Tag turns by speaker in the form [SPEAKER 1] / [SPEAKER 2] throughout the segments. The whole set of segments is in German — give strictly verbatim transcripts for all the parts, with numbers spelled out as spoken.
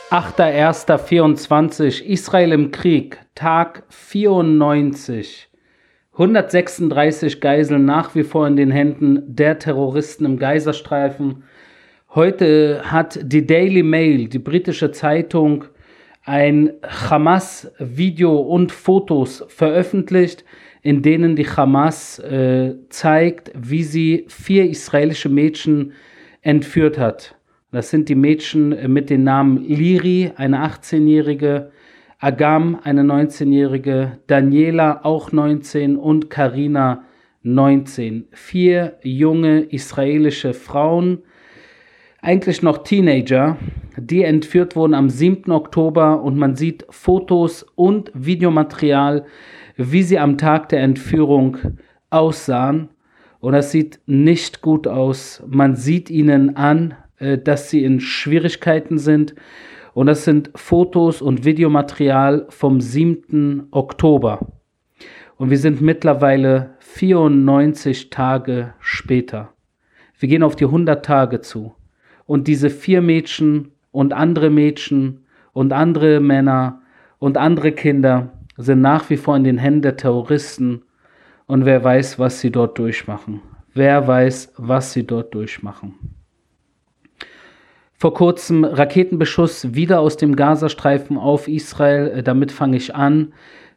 [SPEAKER 1] achter erster vierundzwanzig, Israel im Krieg, Tag vierundneunzig. hundertsechsunddreißig Geiseln nach wie vor in den Händen der Terroristen im Gazastreifen. Heute hat die Daily Mail, die britische Zeitung, ein Hamas-Video und Fotos veröffentlicht, in denen die Hamas äh, zeigt, wie sie vier israelische Mädchen entführt hat. Das sind die Mädchen mit den Namen Liri, eine achtzehnjährige, Agam, eine neunzehnjährige, Daniela, auch neunzehn, und Karina, neunzehn. Vier junge israelische Frauen, eigentlich noch Teenager, die entführt wurden am siebten Oktober, und man sieht Fotos und Videomaterial, wie sie am Tag der Entführung aussahen. Und das sieht nicht gut aus. Man sieht ihnen an, dass sie in Schwierigkeiten sind. Und das sind Fotos und Videomaterial vom siebten Oktober. Und wir sind mittlerweile vierundneunzig Tage später. Wir gehen auf die hundert Tage zu. Und diese vier Mädchen und andere Mädchen und andere Männer und andere Kinder sind nach wie vor in den Händen der Terroristen. Und wer weiß, was sie dort durchmachen. Wer weiß, was sie dort durchmachen. Vor kurzem Raketenbeschuss wieder aus dem Gazastreifen auf Israel. Damit fange ich an,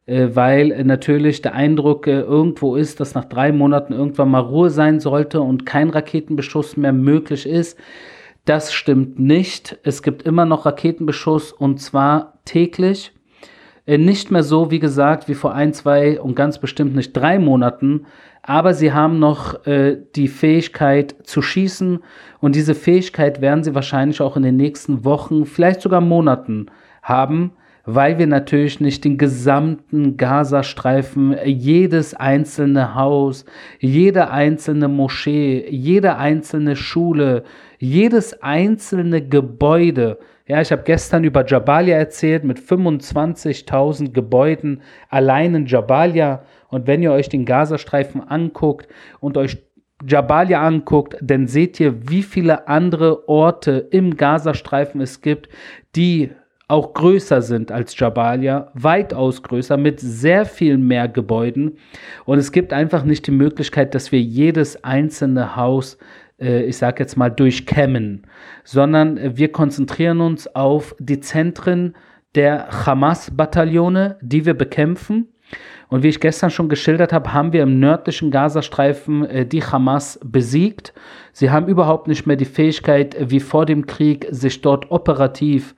[SPEAKER 1] weil natürlich der Eindruck irgendwo ist, dass nach drei Monaten irgendwann mal Ruhe sein sollte und kein Raketenbeschuss mehr möglich ist. Das stimmt nicht. Es gibt immer noch Raketenbeschuss, und zwar täglich. Nicht mehr so, wie gesagt, wie vor ein, zwei und ganz bestimmt nicht drei Monaten, aber sie haben noch äh, die Fähigkeit zu schießen, und diese Fähigkeit werden sie wahrscheinlich auch in den nächsten Wochen, vielleicht sogar Monaten haben, weil wir natürlich nicht den gesamten Gazastreifen, jedes einzelne Haus, jede einzelne Moschee, jede einzelne Schule, jedes einzelne Gebäude. Ja, ich habe gestern über Jabalia erzählt, mit fünfundzwanzigtausend Gebäuden allein in Jabalia. Und wenn ihr euch den Gazastreifen anguckt und euch Jabalia anguckt, dann seht ihr, wie viele andere Orte im Gazastreifen es gibt, die auch größer sind als Jabalia, weitaus größer, mit sehr viel mehr Gebäuden. Und es gibt einfach nicht die Möglichkeit, dass wir jedes einzelne Haus, äh, ich sage jetzt mal, durchkämmen, sondern äh, wir konzentrieren uns auf die Zentren der Hamas-Bataillone, die wir bekämpfen. Und wie ich gestern schon geschildert habe, haben wir im nördlichen Gazastreifen äh, die Hamas besiegt. Sie haben überhaupt nicht mehr die Fähigkeit, wie vor dem Krieg, sich dort operativ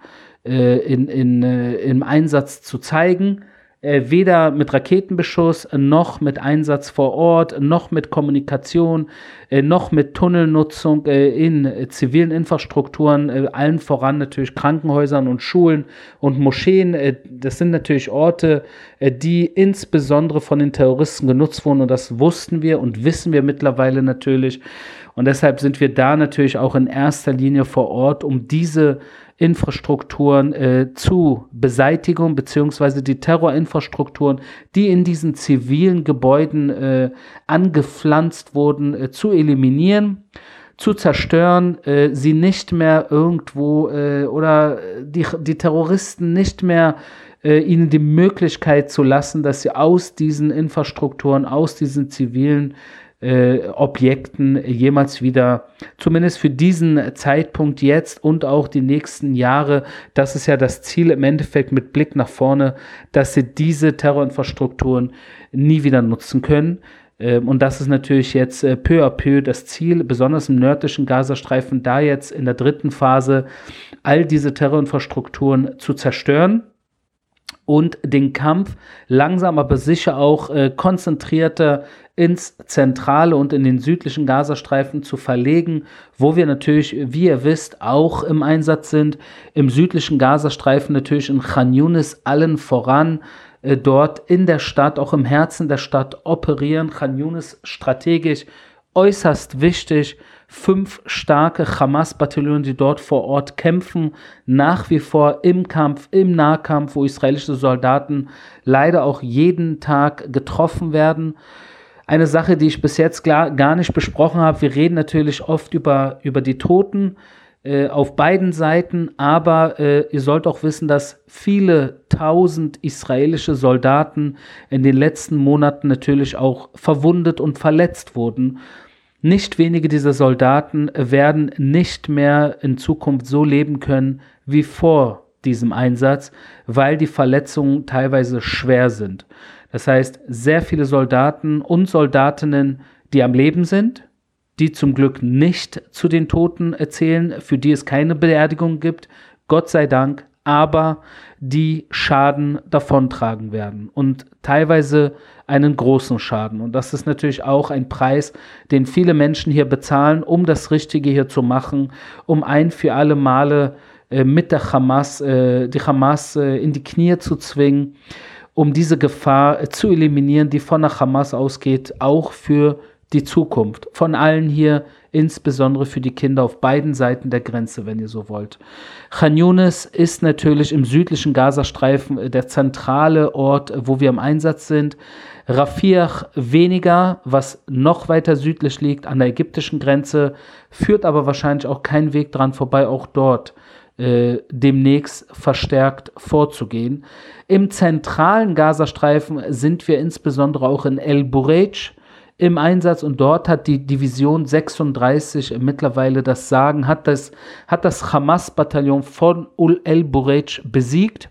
[SPEAKER 1] In, in, im Einsatz zu zeigen, äh, weder mit Raketenbeschuss, noch mit Einsatz vor Ort, noch mit Kommunikation, äh, noch mit Tunnelnutzung äh, in äh, zivilen Infrastrukturen, äh, allen voran natürlich Krankenhäusern und Schulen und Moscheen. Äh, das sind natürlich Orte, äh, die insbesondere von den Terroristen genutzt wurden, und das wussten wir und wissen wir mittlerweile natürlich. Und deshalb sind wir da natürlich auch in erster Linie vor Ort, um diese Infrastrukturen äh, zu beseitigen, beziehungsweise die Terrorinfrastrukturen, die in diesen zivilen Gebäuden äh, angepflanzt wurden, äh, zu eliminieren, zu zerstören, äh, sie nicht mehr irgendwo äh, oder die, die Terroristen nicht mehr äh, ihnen die Möglichkeit zu lassen, dass sie aus diesen Infrastrukturen, aus diesen zivilen Äh, Objekten jemals wieder, zumindest für diesen Zeitpunkt jetzt und auch die nächsten Jahre, das ist ja das Ziel im Endeffekt mit Blick nach vorne, dass sie diese Terrorinfrastrukturen nie wieder nutzen können. Ähm, und das ist natürlich jetzt äh, peu à peu das Ziel, besonders im nördlichen Gazastreifen, da jetzt in der dritten Phase all diese Terrorinfrastrukturen zu zerstören und den Kampf langsam aber sicher auch äh, konzentrierter ins zentrale und in den südlichen Gazastreifen zu verlegen, wo wir natürlich, wie ihr wisst, auch im Einsatz sind. Im südlichen Gazastreifen natürlich in Khan Yunis allen voran, äh, dort in der Stadt, auch im Herzen der Stadt operieren. Khan Yunis strategisch äußerst wichtig. Fünf starke Hamas-Bataillone, die dort vor Ort kämpfen, nach wie vor im Kampf, im Nahkampf, wo israelische Soldaten leider auch jeden Tag getroffen werden. Eine Sache, die ich bis jetzt klar, gar nicht besprochen habe, wir reden natürlich oft über, über die Toten. äh, auf beiden Seiten, aber äh, ihr sollt auch wissen, dass viele tausend israelische Soldaten in den letzten Monaten natürlich auch verwundet und verletzt wurden. Nicht wenige dieser Soldaten werden nicht mehr in Zukunft so leben können wie vor diesem Einsatz, weil die Verletzungen teilweise schwer sind. Das heißt, sehr viele Soldaten und Soldatinnen, die am Leben sind, die zum Glück nicht zu den Toten erzählen, für die es keine Beerdigung gibt, Gott sei Dank, aber die Schaden davontragen werden und teilweise einen großen Schaden. Und das ist natürlich auch ein Preis, den viele Menschen hier bezahlen, um das Richtige hier zu machen, um ein für alle Male äh, mit der Hamas, äh, die Hamas äh, in die Knie zu zwingen, um diese Gefahr äh, zu eliminieren, die von der Hamas ausgeht, auch für die Zukunft von allen hier, insbesondere für die Kinder auf beiden Seiten der Grenze, wenn ihr so wollt. Khan Yunis ist natürlich im südlichen Gazastreifen der zentrale Ort, wo wir im Einsatz sind. Rafiah weniger, was noch weiter südlich liegt, an der ägyptischen Grenze, führt aber wahrscheinlich auch kein Weg dran vorbei, auch dort äh, demnächst verstärkt vorzugehen. Im zentralen Gazastreifen sind wir insbesondere auch in El Bureij im Einsatz und dort hat die Division sechsunddreißig mittlerweile das Sagen, hat das, hat das Hamas-Bataillon von El Bureij besiegt.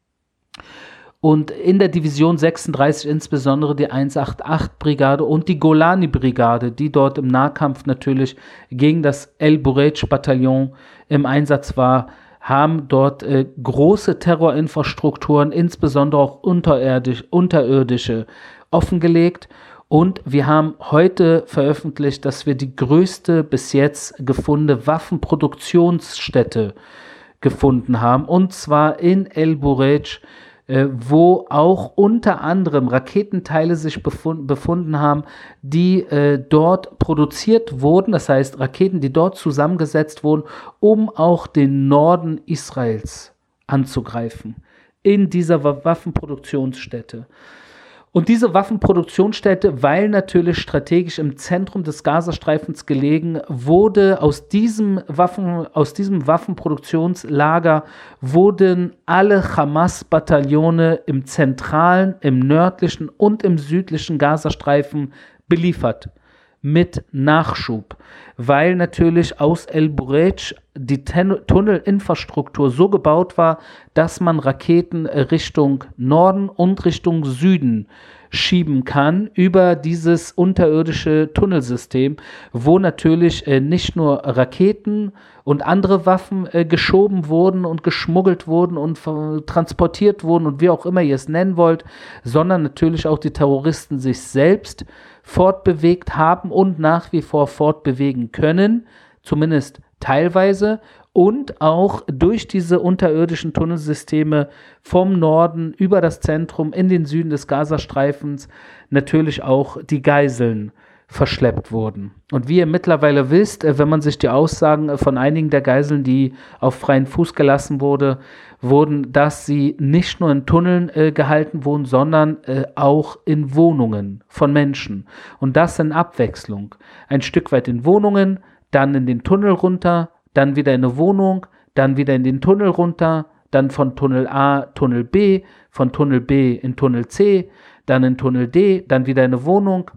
[SPEAKER 1] Und in der Division sechsunddreißig insbesondere die hundertachtundachtzig-Brigade und die Golani-Brigade, die dort im Nahkampf natürlich gegen das El Bureij-Bataillon im Einsatz war, haben dort äh, große Terrorinfrastrukturen, insbesondere auch unterirdisch, unterirdische, offengelegt. Und wir haben heute veröffentlicht, dass wir die größte bis jetzt gefundene Waffenproduktionsstätte gefunden haben. Und zwar in El Bureij, äh, wo auch unter anderem Raketenteile sich befund, befunden haben, die äh, dort produziert wurden. Das heißt, Raketen, die dort zusammengesetzt wurden, um auch den Norden Israels anzugreifen. In dieser Waffenproduktionsstätte. Und diese Waffenproduktionsstätte, weil natürlich strategisch im Zentrum des Gazastreifens gelegen, wurde aus diesem Waffen, aus diesem Waffenproduktionslager wurden alle Hamas-Bataillone im zentralen, im nördlichen und im südlichen Gazastreifen beliefert. Mit Nachschub, weil natürlich aus El Bureij die Ten- Tunnelinfrastruktur so gebaut war, dass man Raketen Richtung Norden und Richtung Süden schieben kann über dieses unterirdische Tunnelsystem, wo natürlich äh, nicht nur Raketen und andere Waffen äh, geschoben wurden und geschmuggelt wurden und äh, transportiert wurden und wie auch immer ihr es nennen wollt, sondern natürlich auch die Terroristen sich selbst fortbewegt haben und nach wie vor fortbewegen können, zumindest teilweise, und auch durch diese unterirdischen Tunnelsysteme vom Norden über das Zentrum in den Süden des Gazastreifens natürlich auch die Geiseln verschleppt wurden. Und wie ihr mittlerweile wisst, wenn man sich die Aussagen von einigen der Geiseln, die auf freien Fuß gelassen wurde, wurden, dass sie nicht nur in Tunneln äh, gehalten wurden, sondern äh, auch in Wohnungen von Menschen. Und das in Abwechslung. Ein Stück weit in Wohnungen, dann in den Tunnel runter, dann wieder in eine Wohnung, dann wieder in den Tunnel runter, dann von Tunnel A, Tunnel B, von Tunnel B in Tunnel C, dann in Tunnel D, dann wieder in eine Wohnung.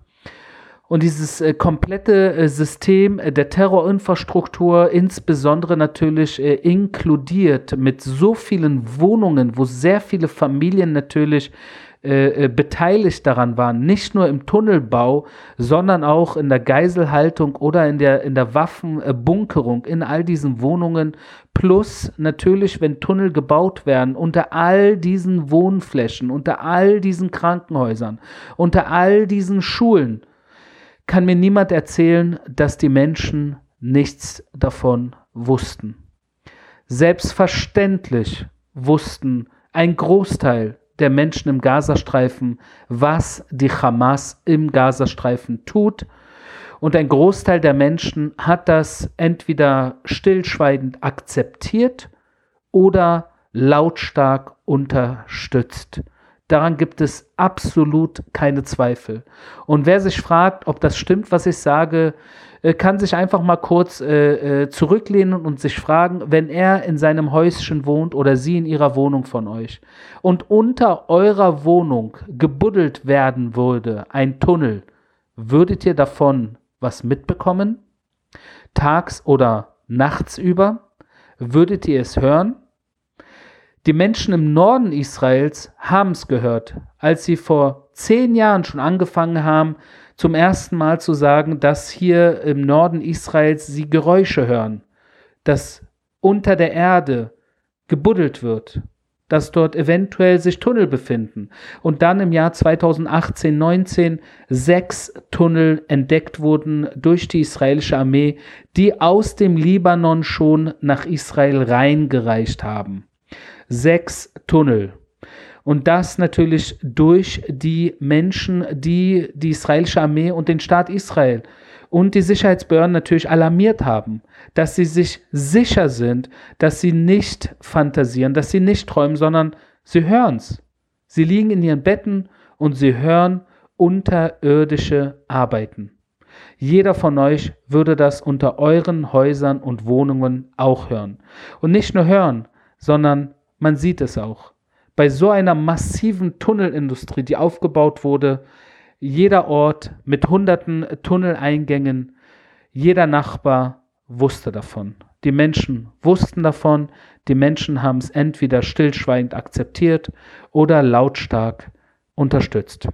[SPEAKER 1] Und dieses äh, komplette äh, System äh, der Terrorinfrastruktur, insbesondere natürlich äh, inkludiert mit so vielen Wohnungen, wo sehr viele Familien natürlich äh, äh, beteiligt daran waren, nicht nur im Tunnelbau, sondern auch in der Geiselhaltung oder in der, in der Waffenbunkerung in all diesen Wohnungen, plus natürlich, wenn Tunnel gebaut werden, unter all diesen Wohnflächen, unter all diesen Krankenhäusern, unter all diesen Schulen, kann mir niemand erzählen, dass die Menschen nichts davon wussten. Selbstverständlich wussten ein Großteil der Menschen im Gazastreifen, was die Hamas im Gazastreifen tut. Und ein Großteil der Menschen hat das entweder stillschweigend akzeptiert oder lautstark unterstützt. Daran gibt es absolut keine Zweifel. Und wer sich fragt, ob das stimmt, was ich sage, kann sich einfach mal kurz äh, zurücklehnen und sich fragen, wenn er in seinem Häuschen wohnt oder sie in ihrer Wohnung von euch und unter eurer Wohnung gebuddelt werden würde, ein Tunnel, würdet ihr davon was mitbekommen? Tags oder nachts über? Würdet ihr es hören? Die Menschen im Norden Israels haben es gehört, als sie vor zehn Jahren schon angefangen haben, zum ersten Mal zu sagen, dass hier im Norden Israels sie Geräusche hören, dass unter der Erde gebuddelt wird, dass dort eventuell sich Tunnel befinden. Und dann im Jahr zweitausendachtzehn neunzehn sechs Tunnel entdeckt wurden durch die israelische Armee, die aus dem Libanon schon nach Israel reingereicht haben. Sechs Tunnel. Und das natürlich durch die Menschen, die die israelische Armee und den Staat Israel und die Sicherheitsbehörden natürlich alarmiert haben, dass sie sich sicher sind, dass sie nicht fantasieren, dass sie nicht träumen, sondern sie hören es. Sie liegen in ihren Betten und sie hören unterirdische Arbeiten. Jeder von euch würde das unter euren Häusern und Wohnungen auch hören. Und nicht nur hören, sondern man sieht es auch. Bei so einer massiven Tunnelindustrie, die aufgebaut wurde, jeder Ort mit hunderten Tunneleingängen, jeder Nachbar wusste davon. Die Menschen wussten davon, die Menschen haben es entweder stillschweigend akzeptiert oder lautstark unterstützt.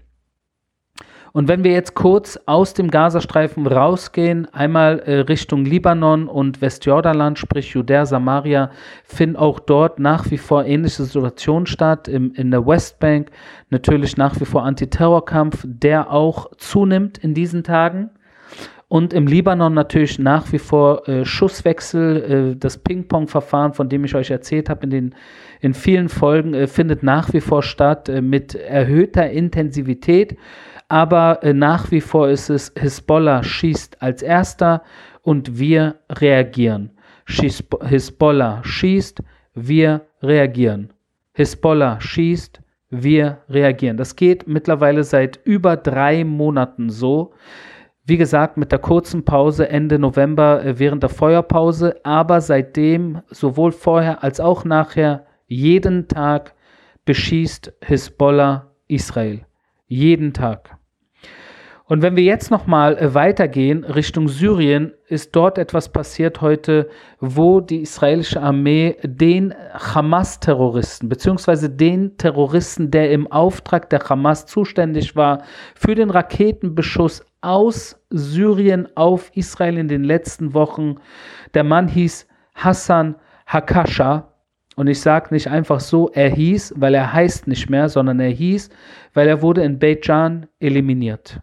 [SPEAKER 1] Und wenn wir jetzt kurz aus dem Gazastreifen rausgehen, einmal äh, Richtung Libanon und Westjordanland, sprich Judäa, Samaria, finden auch dort nach wie vor ähnliche Situationen statt. Im, in der Westbank natürlich nach wie vor Antiterrorkampf, der auch zunimmt in diesen Tagen. Und im Libanon natürlich nach wie vor äh, Schusswechsel, äh, das Ping-Pong-Verfahren, von dem ich euch erzählt habe in den in vielen Folgen, äh, findet nach wie vor statt äh, mit erhöhter Intensivität. Aber äh, nach wie vor ist es, Hisbollah schießt als erster und wir reagieren. Schieß, Hisbollah schießt, wir reagieren. Hisbollah schießt, wir reagieren. Das geht mittlerweile seit über drei Monaten so. Wie gesagt, mit der kurzen Pause Ende November äh, während der Feuerpause, aber seitdem, sowohl vorher als auch nachher, jeden Tag beschießt Hisbollah Israel. Jeden Tag. Und wenn wir jetzt nochmal äh, weitergehen Richtung Syrien, ist dort etwas passiert heute, wo die israelische Armee den Hamas-Terroristen, beziehungsweise den Terroristen, der im Auftrag der Hamas zuständig war, für den Raketenbeschuss aus Syrien auf Israel in den letzten Wochen, der Mann hieß Hassan Hakasha. Und ich sage nicht einfach so, er hieß, weil er heißt nicht mehr, sondern er hieß, weil er wurde in Beit Jan eliminiert.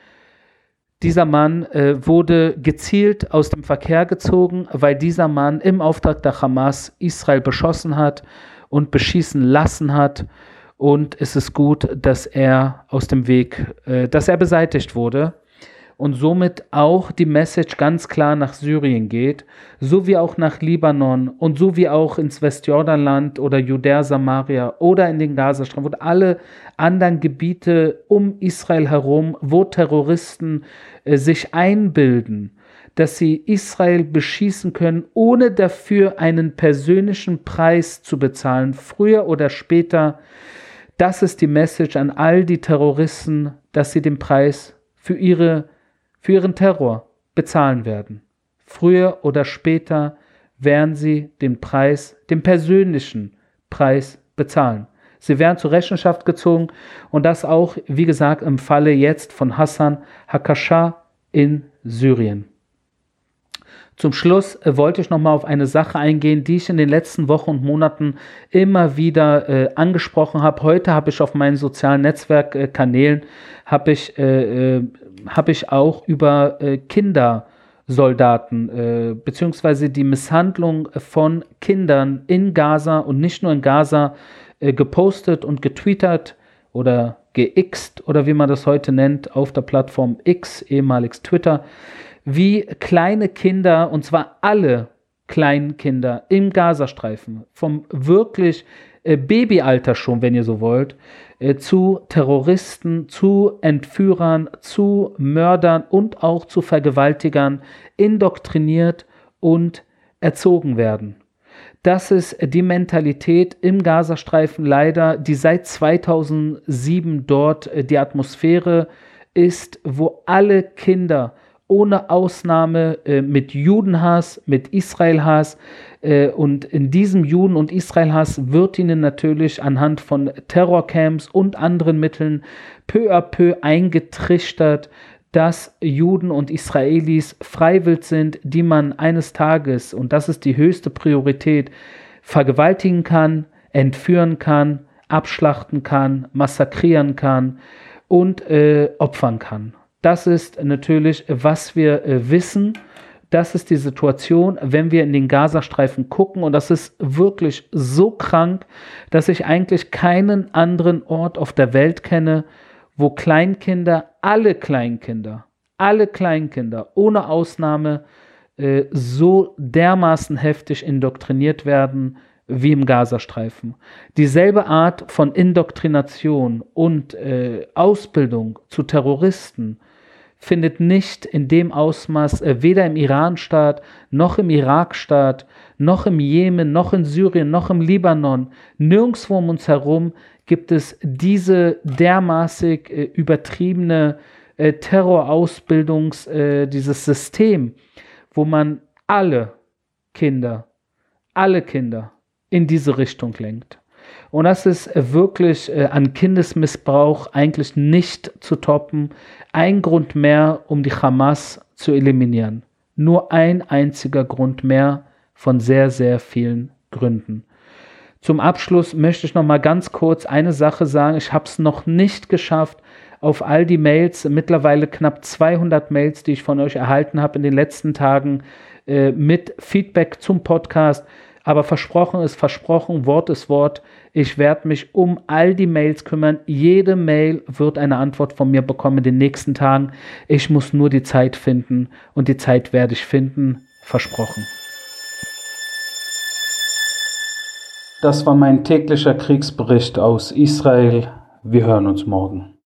[SPEAKER 1] Dieser Mann äh, wurde gezielt aus dem Verkehr gezogen, weil dieser Mann im Auftrag der Hamas Israel beschossen hat und beschießen lassen hat. Und es ist gut, dass er aus dem Weg, äh, dass er beseitigt wurde. Und somit auch die Message ganz klar nach Syrien geht, so wie auch nach Libanon und so wie auch ins Westjordanland oder Judäa, Samaria oder in den Gazastreifen und alle anderen Gebiete um Israel herum, wo Terroristen äh, sich einbilden, dass sie Israel beschießen können, ohne dafür einen persönlichen Preis zu bezahlen, früher oder später. Das ist die Message an all die Terroristen, dass sie den Preis für ihre für ihren Terror bezahlen werden. Früher oder später werden sie den Preis, den persönlichen Preis bezahlen. Sie werden zur Rechenschaft gezogen und das auch, wie gesagt, im Falle jetzt von Hassan Hakasha in Syrien. Zum Schluss äh, wollte ich nochmal auf eine Sache eingehen, die ich in den letzten Wochen und Monaten immer wieder äh, angesprochen habe. Heute habe ich auf meinen sozialen Netzwerkkanälen äh, habe ich, äh, äh, hab ich auch über äh, Kindersoldaten äh, beziehungsweise die Misshandlung von Kindern in Gaza und nicht nur in Gaza äh, gepostet und getweetet oder geixt oder wie man das heute nennt auf der Plattform X, ehemaliges Twitter, wie kleine Kinder, und zwar alle kleinen Kinder im Gazastreifen, vom wirklich äh, Babyalter schon, wenn ihr so wollt, äh, zu Terroristen, zu Entführern, zu Mördern und auch zu Vergewaltigern indoktriniert und erzogen werden. Das ist die Mentalität im Gazastreifen leider, die seit zweitausendsieben dort äh, die Atmosphäre ist, wo alle Kinder ohne Ausnahme äh, mit Judenhass, mit Israelhass äh, und in diesem Juden- und Israelhass wird ihnen natürlich anhand von Terrorcamps und anderen Mitteln peu à peu eingetrichtert, dass Juden und Israelis freiwillig sind, die man eines Tages, und das ist die höchste Priorität, vergewaltigen kann, entführen kann, abschlachten kann, massakrieren kann und äh, opfern kann. Das ist natürlich, was wir äh, wissen. Das ist die Situation, wenn wir in den Gazastreifen gucken. Und das ist wirklich so krank, dass ich eigentlich keinen anderen Ort auf der Welt kenne, wo Kleinkinder, alle Kleinkinder, alle Kleinkinder ohne Ausnahme äh, so dermaßen heftig indoktriniert werden wie im Gazastreifen. Dieselbe Art von Indoktrination und äh, Ausbildung zu Terroristen findet nicht in dem Ausmaß äh, weder im Iran-Staat, noch im Irak-Staat, noch im Jemen, noch in Syrien, noch im Libanon, nirgendwo um uns herum gibt es diese dermaßig äh, übertriebene äh, Terrorausbildungs, äh, dieses System, wo man alle Kinder, alle Kinder in diese Richtung lenkt. Und das ist äh, wirklich äh, an Kindesmissbrauch eigentlich nicht zu toppen. Ein Grund mehr, um die Hamas zu eliminieren. Nur ein einziger Grund mehr von sehr, sehr vielen Gründen. Zum Abschluss möchte ich noch mal ganz kurz eine Sache sagen. Ich habe es noch nicht geschafft, auf all die Mails, mittlerweile knapp zweihundert Mails, die ich von euch erhalten habe in den letzten Tagen, äh, mit Feedback zum Podcast. Aber versprochen ist versprochen, Wort ist Wort. Ich werde mich um all die Mails kümmern. Jede Mail wird eine Antwort von mir bekommen in den nächsten Tagen. Ich muss nur die Zeit finden und die Zeit werde ich finden. Versprochen. Das war mein täglicher Kriegsbericht aus Israel. Wir hören uns morgen.